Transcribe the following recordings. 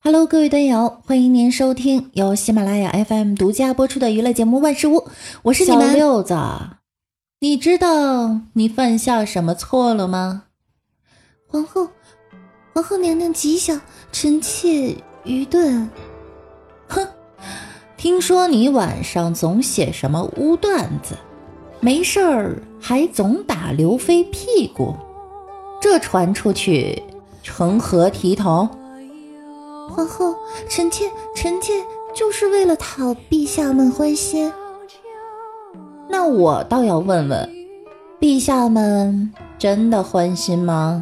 Hello， 各位队友，欢迎您收听由喜马拉雅 FM 独家播出的娱乐节目《万事屋》，我是你们小六子。你知道你犯下什么错了吗？ 皇后娘娘吉祥，臣妾愚钝。 哼，听说你晚上总写什么污段子，没事儿还总打刘妃屁股，这传出去成何体统？ 皇后，臣妾就是为了讨陛下们欢心。 那我倒要问问，陛下们真的欢心吗？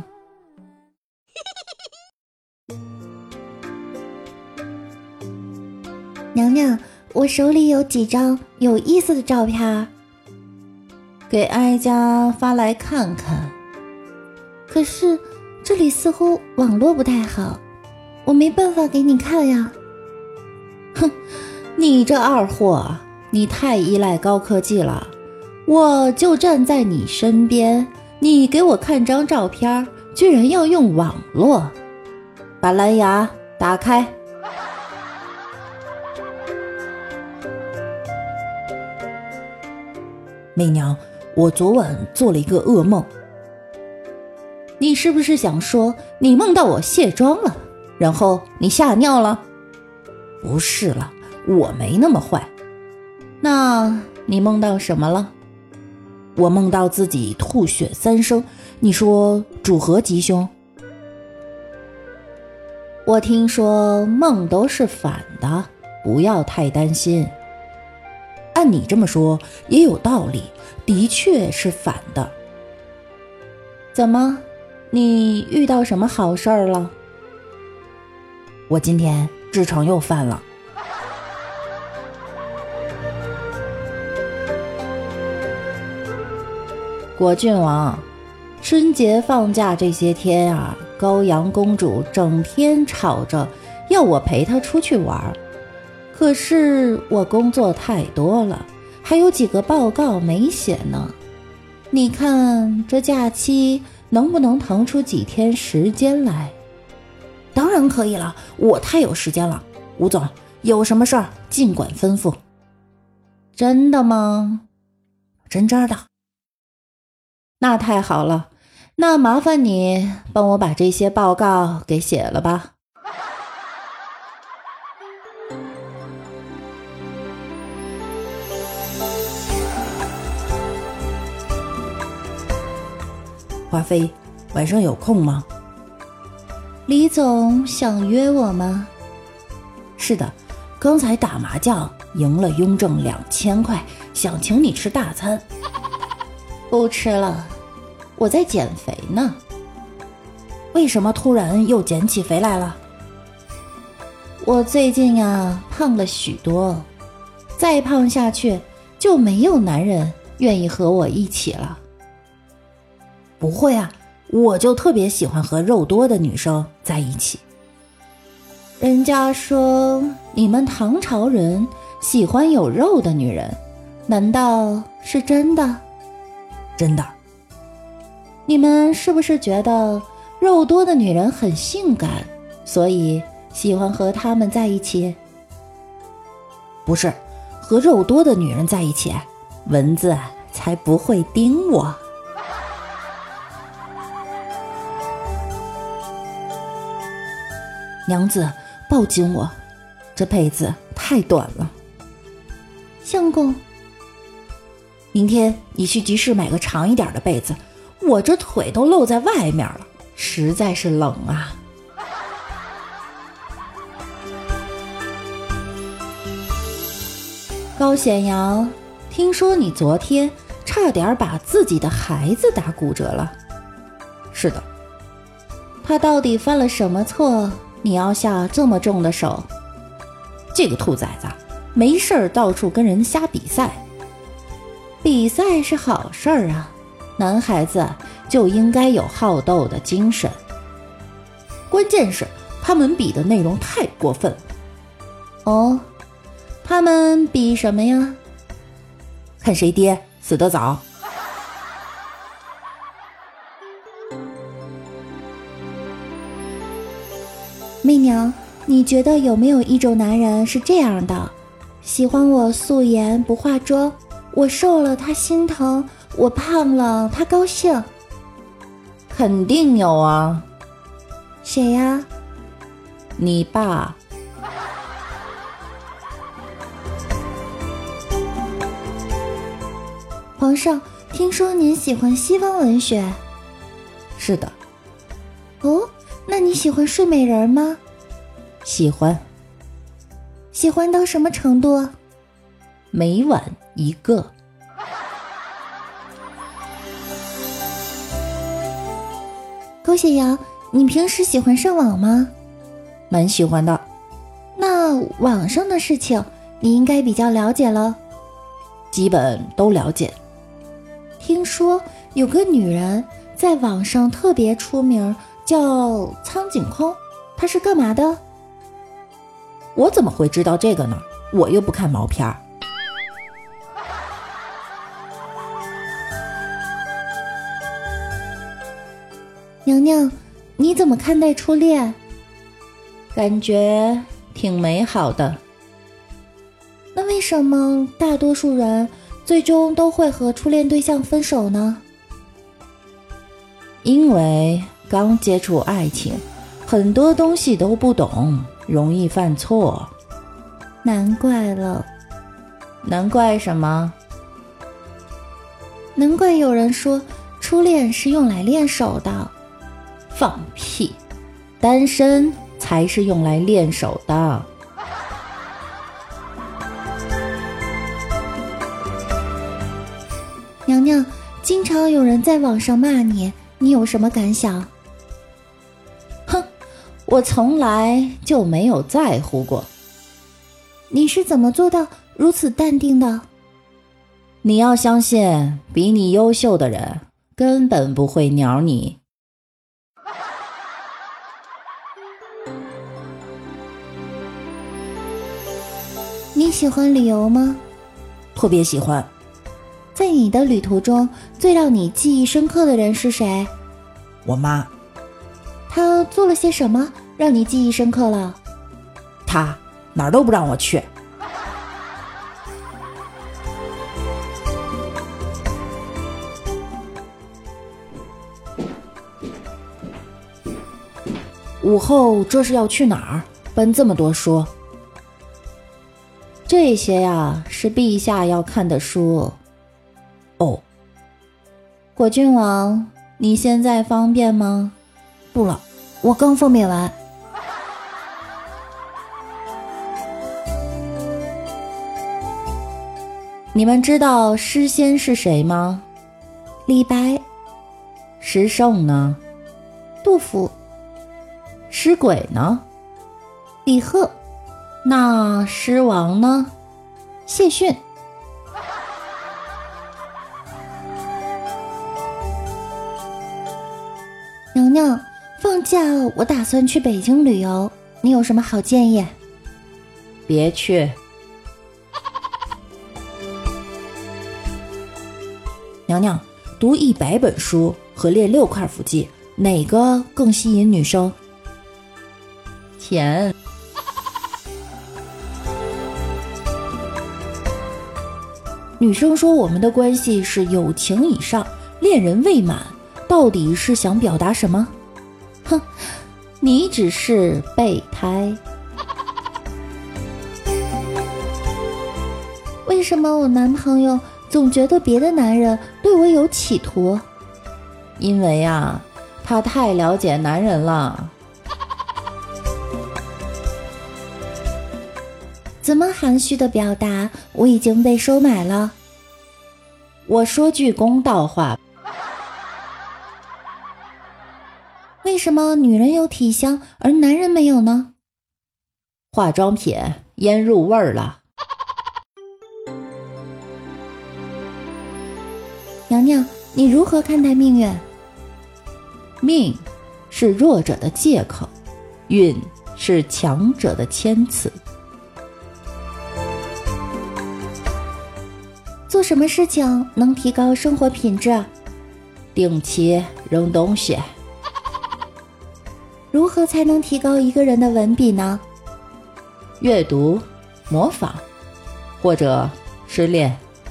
娘娘，我手里有几张有意思的照片， 给哀家发来看看。 可是这里似乎网络不太好，我没办法给你看呀。 哼，你这二货，你太依赖高科技了。我就站在你身边，你给我看张照片，居然要用网络。把蓝牙打开。 媚娘，我昨晚做了一个噩梦。 你是不是想说你梦到我卸妆了，然后你吓尿了？ 不是了，我没那么坏。 那你梦到什么了？ 我梦到自己吐血3升，你说主何吉凶？ 我听说梦都是反的，不要太担心。 按你这么说也有道理，的确是反的。 怎么，你遇到什么好事儿了？ 我今天痔疮又犯了。 果郡王，春节放假这些天啊，高阳公主整天吵着要我陪她出去玩，可是我工作太多了，还有几个报告没写呢。你看这假期能不能腾出几天时间来？ 当然可以了，我太有时间了。吴总，有什么事儿尽管吩咐。 真的吗？ 真真的。 那太好了，那麻烦你帮我把这些报告给写了吧。 华妃，晚上有空吗？ 李总想约我吗？ 是的，刚才打麻将赢了雍正2000块，想请你吃大餐。 不吃了，我在减肥呢。 为什么突然又减起肥来了？ 我最近呀胖了许多，再胖下去就没有男人愿意和我一起了。 不会啊，我就特别喜欢和肉多的女生在一起。 人家说你们唐朝人喜欢有肉的女人，难道是真的？ 真的。 你们是不是觉得肉多的女人很性感，所以喜欢和她们在一起？ 不是，和肉多的女人在一起，蚊子才不会叮我。娘子，抱紧我，这被子太短了。 相公， 明天你去集市买个长一点的被子，我这腿都露在外面了，实在是冷啊。 高显瑶，听说你昨天差点把自己的孩子打骨折了。 是的。 他到底犯了什么错，你要下这么重的手？ 这个兔崽子没事儿到处跟人瞎比赛。 比赛是好事儿啊，男孩子就应该有好斗的精神。 关键是他们比的内容太过分了。 哦，他们比什么呀？ 看谁爹死得早。 媚娘， 你觉得有没有一种男人是这样的？喜欢我素颜不化妆，我瘦了他心疼，我胖了他高兴。 肯定有啊。 谁呀？ 你爸。 皇上，听说您喜欢西方文学。 是的。 哦，那你喜欢睡美人吗？ 喜欢。 喜欢到什么程度？ 每晚一个。 高血阳，你平时喜欢上网吗？ 蛮喜欢的。 那网上的事情你应该比较了解了。 基本都了解。 听说有个女人在网上特别出名，叫苍井空，她是干嘛的？ 我怎么会知道这个呢？我又不看毛片。 娘娘，你怎么看待初恋？ 感觉挺美好的。 那为什么大多数人最终都会和初恋对象分手呢？ 因为刚接触爱情，很多东西都不懂，容易犯错。 难怪了。 难怪什么？ 难怪有人说初恋是用来练手的。 放屁，单身才是用来练手的。 娘娘，经常有人在网上骂你，你有什么感想？ 哼，我从来就没有在乎过。 你是怎么做到如此淡定的？ 你要相信，比你优秀的人根本不会鸟你。 你喜欢旅游吗？ 特别喜欢。 在你的旅途中，最让你记忆深刻的人是谁？ 我妈。 她做了些什么让你记忆深刻了？ 她哪儿都不让我去。午后这是要去哪儿？搬这么多书。这些呀，是陛下要看的书。哦， 果郡王，你现在方便吗？ 不了，我刚分娩完。你们知道诗仙是谁吗？ 李白。 诗圣呢？ 杜甫。 诗鬼呢？ 李贺。 那诗王呢？ 谢逊。娘娘，放假我打算去北京旅游，你有什么好建议？ 别去。娘娘，读100本书和练6块腹肌，哪个更吸引女生？钱。女生说我们的关系是友情以上，恋人未满，到底是想表达什么？哼，你只是备胎。 为什么我男朋友总觉得别的男人对我有企图？ 因为啊，他太了解男人了。 怎么含蓄的表达我已经被收买了？ 我说句公道话， 为什么女人有体香而男人没有呢？ 化妆品腌入味儿了。 娘娘，你如何看待命运？ 命是弱者的借口，运是强者的谦词。 做什么事情能提高生活品质？ 定期扔东西。 如何才能提高一个人的文笔呢？ 阅读、模仿，或者失恋。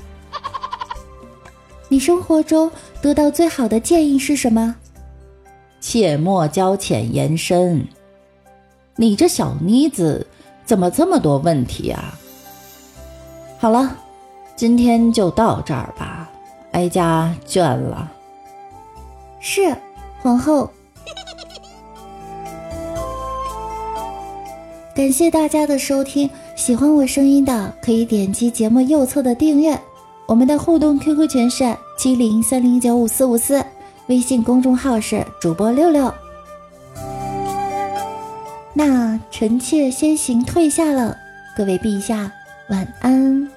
你生活中得到最好的建议是什么？ 切莫交浅言深。你这小妮子怎么这么多问题啊？好了，今天就到这儿吧，哀家倦了。 是，皇后。感谢大家的收听，喜欢我声音的可以点击节目右侧的订阅。我们的互动 QQ 群是7030954454，微信公众号是主播66。那臣妾先行退下了，各位陛下晚安。